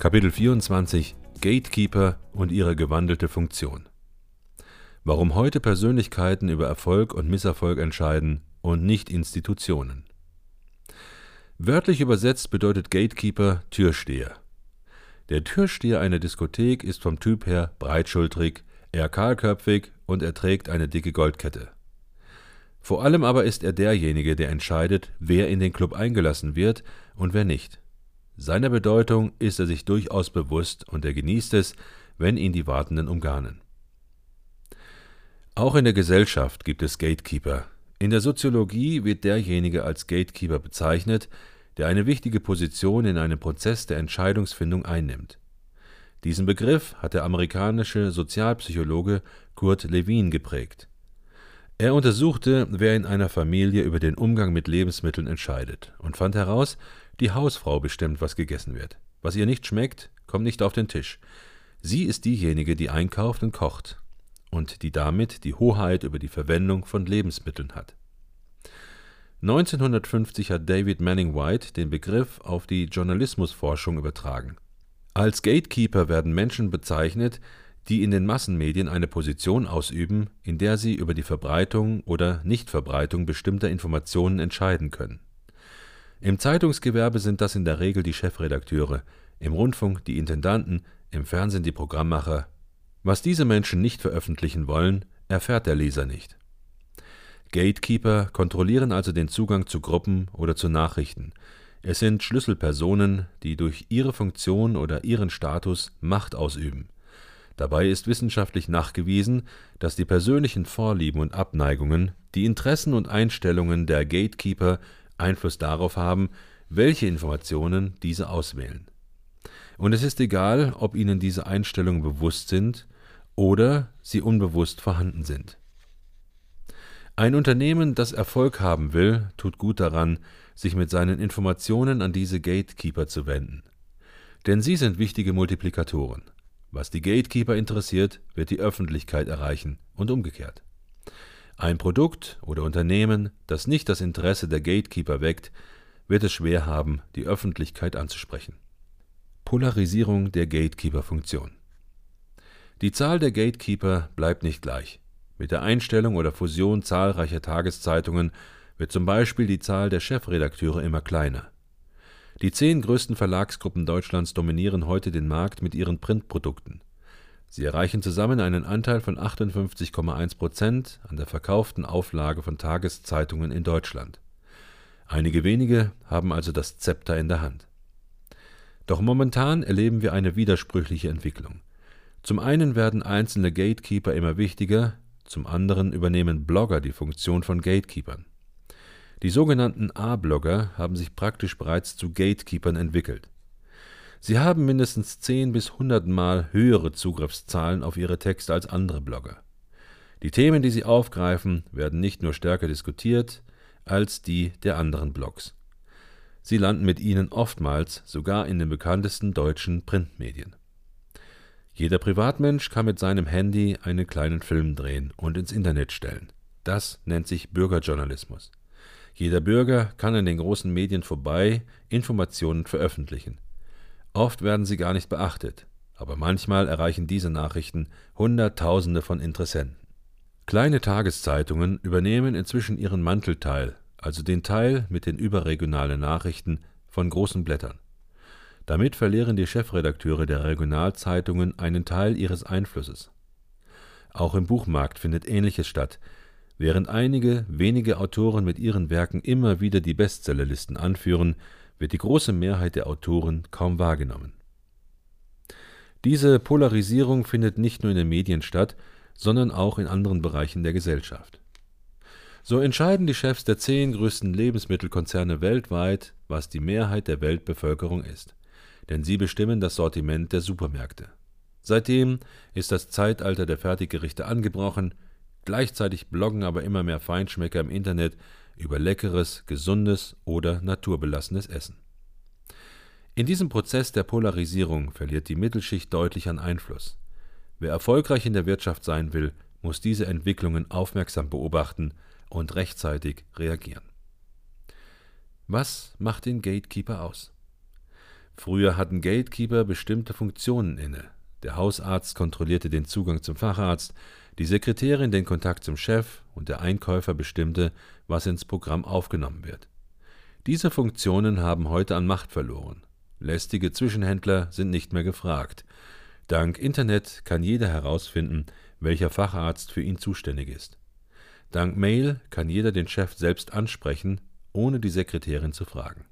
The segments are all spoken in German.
Kapitel 24: Gatekeeper und ihre gewandelte Funktion. Warum heute Persönlichkeiten über Erfolg und Misserfolg entscheiden und nicht Institutionen. Wörtlich übersetzt bedeutet Gatekeeper Türsteher. Der Türsteher einer Diskothek ist vom Typ her breitschultrig, eher kahlköpfig und er trägt eine dicke Goldkette. Vor allem aber ist er derjenige, der entscheidet, wer in den Club eingelassen wird und wer nicht. Seiner Bedeutung ist er sich durchaus bewusst und er genießt es, wenn ihn die Wartenden umgarnen. Auch in der Gesellschaft gibt es Gatekeeper. In der Soziologie wird derjenige als Gatekeeper bezeichnet, der eine wichtige Position in einem Prozess der Entscheidungsfindung einnimmt. Diesen Begriff hat der amerikanische Sozialpsychologe Kurt Lewin geprägt. Er untersuchte, wer in einer Familie über den Umgang mit Lebensmitteln entscheidet und fand heraus, die Hausfrau bestimmt, was gegessen wird. Was ihr nicht schmeckt, kommt nicht auf den Tisch. Sie ist diejenige, die einkauft und kocht und die damit die Hoheit über die Verwendung von Lebensmitteln hat. 1950 hat David Manning White den Begriff auf die Journalismusforschung übertragen. Als Gatekeeper werden Menschen bezeichnet, die in den Massenmedien eine Position ausüben, in der sie über die Verbreitung oder Nichtverbreitung bestimmter Informationen entscheiden können. Im Zeitungsgewerbe sind das in der Regel die Chefredakteure, im Rundfunk die Intendanten, im Fernsehen die Programmmacher. Was diese Menschen nicht veröffentlichen wollen, erfährt der Leser nicht. Gatekeeper kontrollieren also den Zugang zu Gruppen oder zu Nachrichten. Es sind Schlüsselpersonen, die durch ihre Funktion oder ihren Status Macht ausüben. Dabei ist wissenschaftlich nachgewiesen, dass die persönlichen Vorlieben und Abneigungen, die Interessen und Einstellungen der Gatekeeper Einfluss darauf haben, welche Informationen diese auswählen. Und es ist egal, ob ihnen diese Einstellungen bewusst sind oder sie unbewusst vorhanden sind. Ein Unternehmen, das Erfolg haben will, tut gut daran, sich mit seinen Informationen an diese Gatekeeper zu wenden. Denn sie sind wichtige Multiplikatoren. Was die Gatekeeper interessiert, wird die Öffentlichkeit erreichen und umgekehrt. Ein Produkt oder Unternehmen, das nicht das Interesse der Gatekeeper weckt, wird es schwer haben, die Öffentlichkeit anzusprechen. Polarisierung der Gatekeeper-Funktion. Die Zahl der Gatekeeper bleibt nicht gleich. Mit der Einstellung oder Fusion zahlreicher Tageszeitungen wird zum Beispiel die Zahl der Chefredakteure immer kleiner. Die 10 größten Verlagsgruppen Deutschlands dominieren heute den Markt mit ihren Printprodukten. Sie erreichen zusammen einen Anteil von 58,1% an der verkauften Auflage von Tageszeitungen in Deutschland. Einige wenige haben also das Zepter in der Hand. Doch momentan erleben wir eine widersprüchliche Entwicklung. Zum einen werden einzelne Gatekeeper immer wichtiger, zum anderen übernehmen Blogger die Funktion von Gatekeepern. Die sogenannten A-Blogger haben sich praktisch bereits zu Gatekeepern entwickelt. Sie haben mindestens 10 bis 100 Mal höhere Zugriffszahlen auf ihre Texte als andere Blogger. Die Themen, die sie aufgreifen, werden nicht nur stärker diskutiert als die der anderen Blogs. Sie landen mit ihnen oftmals sogar in den bekanntesten deutschen Printmedien. Jeder Privatmensch kann mit seinem Handy einen kleinen Film drehen und ins Internet stellen. Das nennt sich Bürgerjournalismus. Jeder Bürger kann an den großen Medien vorbei Informationen veröffentlichen. Oft werden sie gar nicht beachtet, aber manchmal erreichen diese Nachrichten Hunderttausende von Interessenten. Kleine Tageszeitungen übernehmen inzwischen ihren Mantelteil, also den Teil mit den überregionalen Nachrichten, von großen Blättern. Damit verlieren die Chefredakteure der Regionalzeitungen einen Teil ihres Einflusses. Auch im Buchmarkt findet Ähnliches statt. Während einige wenige Autoren mit ihren Werken immer wieder die Bestsellerlisten anführen, wird die große Mehrheit der Autoren kaum wahrgenommen. Diese Polarisierung findet nicht nur in den Medien statt, sondern auch in anderen Bereichen der Gesellschaft. So entscheiden die Chefs der 10 größten Lebensmittelkonzerne weltweit, was die Mehrheit der Weltbevölkerung ist. Denn sie bestimmen das Sortiment der Supermärkte. Seitdem ist das Zeitalter der Fertiggerichte angebrochen, gleichzeitig bloggen aber immer mehr Feinschmecker im Internet über leckeres, gesundes oder naturbelassenes Essen. In diesem Prozess der Polarisierung verliert die Mittelschicht deutlich an Einfluss. Wer erfolgreich in der Wirtschaft sein will, muss diese Entwicklungen aufmerksam beobachten und rechtzeitig reagieren. Was macht den Gatekeeper aus? Früher hatten Gatekeeper bestimmte Funktionen inne. Der Hausarzt kontrollierte den Zugang zum Facharzt, die Sekretärin den Kontakt zum Chef und der Einkäufer bestimmte, was ins Programm aufgenommen wird. Diese Funktionen haben heute an Macht verloren. Lästige Zwischenhändler sind nicht mehr gefragt. Dank Internet kann jeder herausfinden, welcher Facharzt für ihn zuständig ist. Dank Mail kann jeder den Chef selbst ansprechen, ohne die Sekretärin zu fragen.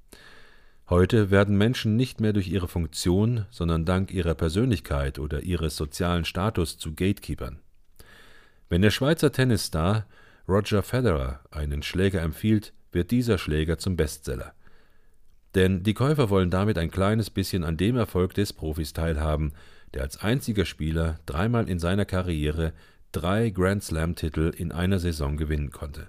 Heute werden Menschen nicht mehr durch ihre Funktion, sondern dank ihrer Persönlichkeit oder ihres sozialen Status zu Gatekeepern. Wenn der Schweizer Tennisstar Roger Federer einen Schläger empfiehlt, wird dieser Schläger zum Bestseller. Denn die Käufer wollen damit ein kleines bisschen an dem Erfolg des Profis teilhaben, der als einziger Spieler dreimal in seiner Karriere 3 Grand-Slam-Titel in einer Saison gewinnen konnte.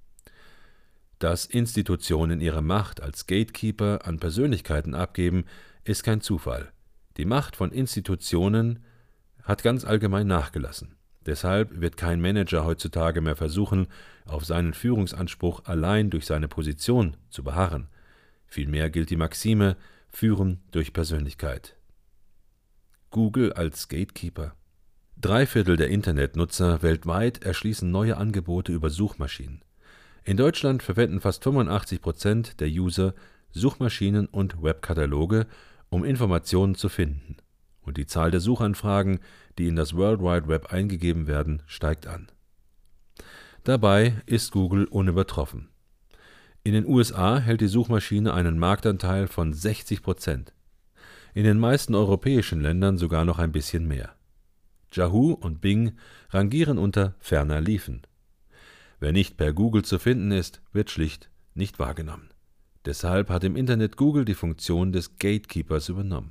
Dass Institutionen ihre Macht als Gatekeeper an Persönlichkeiten abgeben, ist kein Zufall. Die Macht von Institutionen hat ganz allgemein nachgelassen. Deshalb wird kein Manager heutzutage mehr versuchen, auf seinen Führungsanspruch allein durch seine Position zu beharren. Vielmehr gilt die Maxime: Führen durch Persönlichkeit. Google als Gatekeeper. 3/4 der Internetnutzer weltweit erschließen neue Angebote über Suchmaschinen. In Deutschland verwenden fast 85% der User Suchmaschinen und Webkataloge, um Informationen zu finden. Und die Zahl der Suchanfragen, die in das World Wide Web eingegeben werden, steigt an. Dabei ist Google unübertroffen. In den USA hält die Suchmaschine einen Marktanteil von 60%. In den meisten europäischen Ländern sogar noch ein bisschen mehr. Yahoo und Bing rangieren unter ferner liefen. Wer nicht per Google zu finden ist, wird schlicht nicht wahrgenommen. Deshalb hat im Internet Google die Funktion des Gatekeepers übernommen.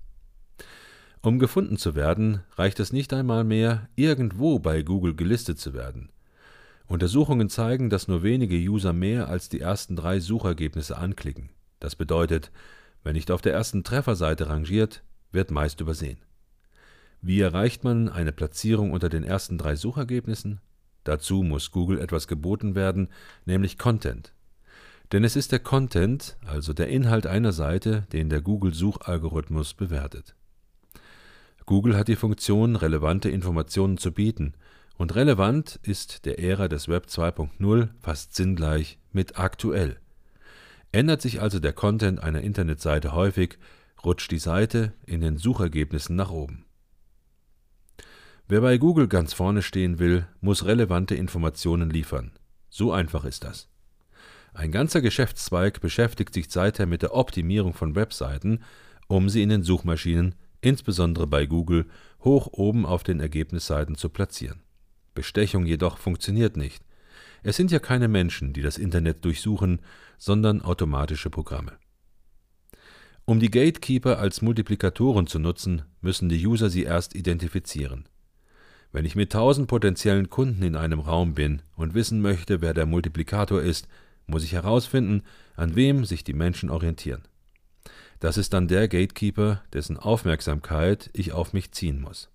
Um gefunden zu werden, reicht es nicht einmal mehr, irgendwo bei Google gelistet zu werden. Untersuchungen zeigen, dass nur wenige User mehr als die ersten 3 Suchergebnisse anklicken. Das bedeutet, wer nicht auf der ersten Trefferseite rangiert, wird meist übersehen. Wie erreicht man eine Platzierung unter den ersten 3 Suchergebnissen? Dazu muss Google etwas geboten werden, nämlich Content. Denn es ist der Content, also der Inhalt einer Seite, den der Google-Suchalgorithmus bewertet. Google hat die Funktion, relevante Informationen zu bieten, und relevant ist der Ära des Web 2.0 fast sinngleich mit aktuell. Ändert sich also der Content einer Internetseite häufig, rutscht die Seite in den Suchergebnissen nach oben. Wer bei Google ganz vorne stehen will, muss relevante Informationen liefern. So einfach ist das. Ein ganzer Geschäftszweig beschäftigt sich seither mit der Optimierung von Webseiten, um sie in den Suchmaschinen, insbesondere bei Google, hoch oben auf den Ergebnisseiten zu platzieren. Bestechung jedoch funktioniert nicht. Es sind ja keine Menschen, die das Internet durchsuchen, sondern automatische Programme. Um die Gatekeeper als Multiplikatoren zu nutzen, müssen die User sie erst identifizieren. Wenn ich mit 1000 potenziellen Kunden in einem Raum bin und wissen möchte, wer der Multiplikator ist, muss ich herausfinden, an wem sich die Menschen orientieren. Das ist dann der Gatekeeper, dessen Aufmerksamkeit ich auf mich ziehen muss.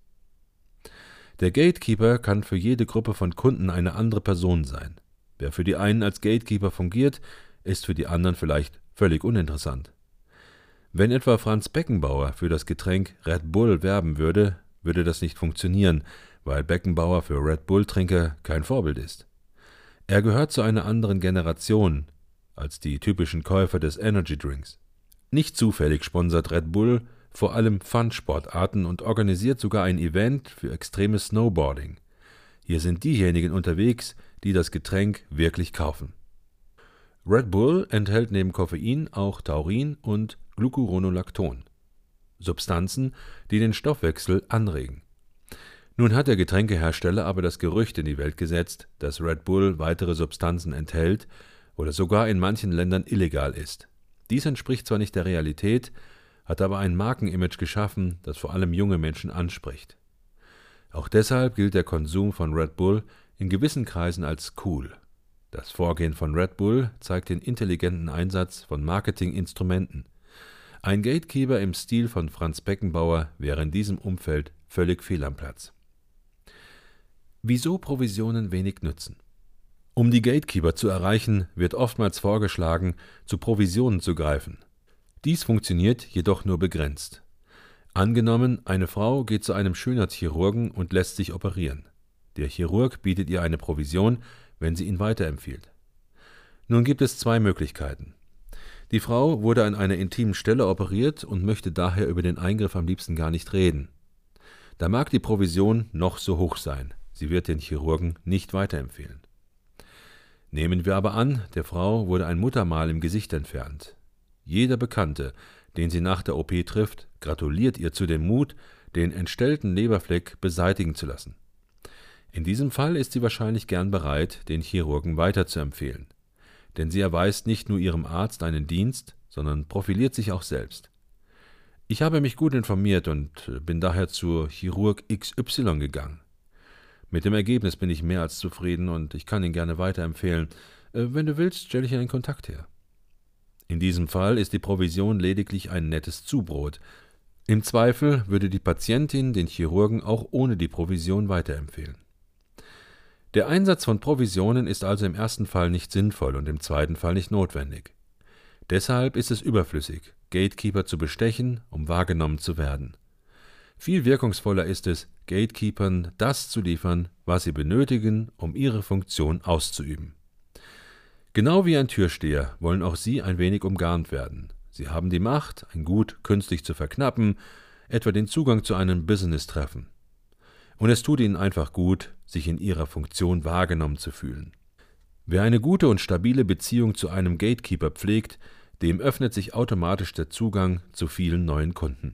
Der Gatekeeper kann für jede Gruppe von Kunden eine andere Person sein. Wer für die einen als Gatekeeper fungiert, ist für die anderen vielleicht völlig uninteressant. Wenn etwa Franz Beckenbauer für das Getränk Red Bull werben würde, würde das nicht funktionieren, weil Beckenbauer für Red Bull-Trinker kein Vorbild ist. Er gehört zu einer anderen Generation als die typischen Käufer des Energy Drinks. Nicht zufällig sponsert Red Bull vor allem Fun-Sportarten und organisiert sogar ein Event für extremes Snowboarding. Hier sind diejenigen unterwegs, die das Getränk wirklich kaufen. Red Bull enthält neben Koffein auch Taurin und Glucuronolacton, Substanzen, die den Stoffwechsel anregen. Nun hat der Getränkehersteller aber das Gerücht in die Welt gesetzt, dass Red Bull weitere Substanzen enthält oder sogar in manchen Ländern illegal ist. Dies entspricht zwar nicht der Realität, hat aber ein Markenimage geschaffen, das vor allem junge Menschen anspricht. Auch deshalb gilt der Konsum von Red Bull in gewissen Kreisen als cool. Das Vorgehen von Red Bull zeigt den intelligenten Einsatz von Marketinginstrumenten. Ein Gatekeeper im Stil von Franz Beckenbauer wäre in diesem Umfeld völlig fehl am Platz. Wieso Provisionen wenig nützen? Um die Gatekeeper zu erreichen, wird oftmals vorgeschlagen, zu Provisionen zu greifen. Dies funktioniert jedoch nur begrenzt. Angenommen, eine Frau geht zu einem Schönheitschirurgen und lässt sich operieren. Der Chirurg bietet ihr eine Provision, wenn sie ihn weiterempfiehlt. Nun gibt es zwei Möglichkeiten. Die Frau wurde an einer intimen Stelle operiert und möchte daher über den Eingriff am liebsten gar nicht reden. Da mag die Provision noch so hoch sein, sie wird den Chirurgen nicht weiterempfehlen. Nehmen wir aber an, der Frau wurde ein Muttermal im Gesicht entfernt. Jeder Bekannte, den sie nach der OP trifft, gratuliert ihr zu dem Mut, den entstellten Leberfleck beseitigen zu lassen. In diesem Fall ist sie wahrscheinlich gern bereit, den Chirurgen weiterzuempfehlen. Denn sie erweist nicht nur ihrem Arzt einen Dienst, sondern profiliert sich auch selbst. Ich habe mich gut informiert und bin daher zur Chirurg XY gegangen. Mit dem Ergebnis bin ich mehr als zufrieden und ich kann ihn gerne weiterempfehlen. Wenn du willst, stelle ich einen Kontakt her. In diesem Fall ist die Provision lediglich ein nettes Zubrot. Im Zweifel würde die Patientin den Chirurgen auch ohne die Provision weiterempfehlen. Der Einsatz von Provisionen ist also im ersten Fall nicht sinnvoll und im zweiten Fall nicht notwendig. Deshalb ist es überflüssig, Gatekeeper zu bestechen, um wahrgenommen zu werden. Viel wirkungsvoller ist es, Gatekeepern das zu liefern, was sie benötigen, um ihre Funktion auszuüben. Genau wie ein Türsteher wollen auch sie ein wenig umgarnt werden. Sie haben die Macht, ein Gut künstlich zu verknappen, etwa den Zugang zu einem Business-Treffen. Und es tut ihnen einfach gut, sich in ihrer Funktion wahrgenommen zu fühlen. Wer eine gute und stabile Beziehung zu einem Gatekeeper pflegt, dem öffnet sich automatisch der Zugang zu vielen neuen Kunden.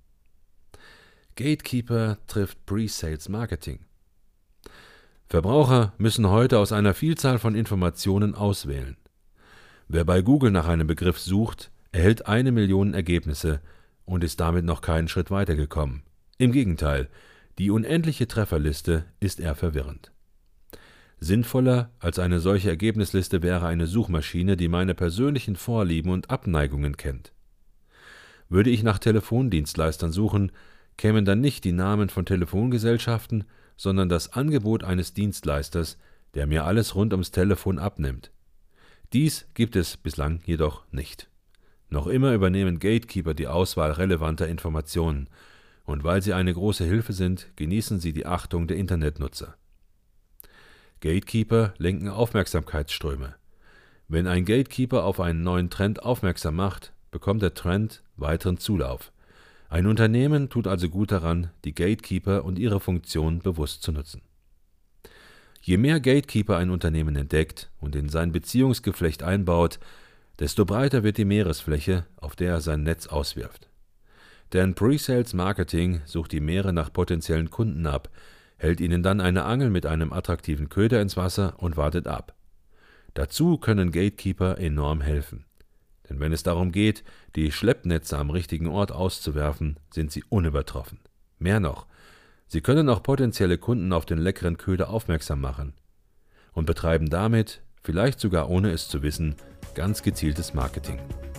Gatekeeper trifft Pre-Sales Marketing. Verbraucher müssen heute aus einer Vielzahl von Informationen auswählen. Wer bei Google nach einem Begriff sucht, erhält 1 Million Ergebnisse und ist damit noch keinen Schritt weitergekommen. Im Gegenteil, die unendliche Trefferliste ist eher verwirrend. Sinnvoller als eine solche Ergebnisliste wäre eine Suchmaschine, die meine persönlichen Vorlieben und Abneigungen kennt. Würde ich nach Telefondienstleistern suchen, kämen dann nicht die Namen von Telefongesellschaften, sondern das Angebot eines Dienstleisters, der mir alles rund ums Telefon abnimmt. Dies gibt es bislang jedoch nicht. Noch immer übernehmen Gatekeeper die Auswahl relevanter Informationen, und weil sie eine große Hilfe sind, genießen sie die Achtung der Internetnutzer. Gatekeeper lenken Aufmerksamkeitsströme. Wenn ein Gatekeeper auf einen neuen Trend aufmerksam macht, bekommt der Trend weiteren Zulauf. Ein Unternehmen tut also gut daran, die Gatekeeper und ihre Funktion bewusst zu nutzen. Je mehr Gatekeeper ein Unternehmen entdeckt und in sein Beziehungsgeflecht einbaut, desto breiter wird die Meeresfläche, auf der er sein Netz auswirft. Denn Pre-Sales Marketing sucht die Meere nach potenziellen Kunden ab, hält ihnen dann eine Angel mit einem attraktiven Köder ins Wasser und wartet ab. Dazu können Gatekeeper enorm helfen. Denn wenn es darum geht, die Schleppnetze am richtigen Ort auszuwerfen, sind sie unübertroffen. Mehr noch, sie können auch potenzielle Kunden auf den leckeren Köder aufmerksam machen und betreiben damit, vielleicht sogar ohne es zu wissen, ganz gezieltes Marketing.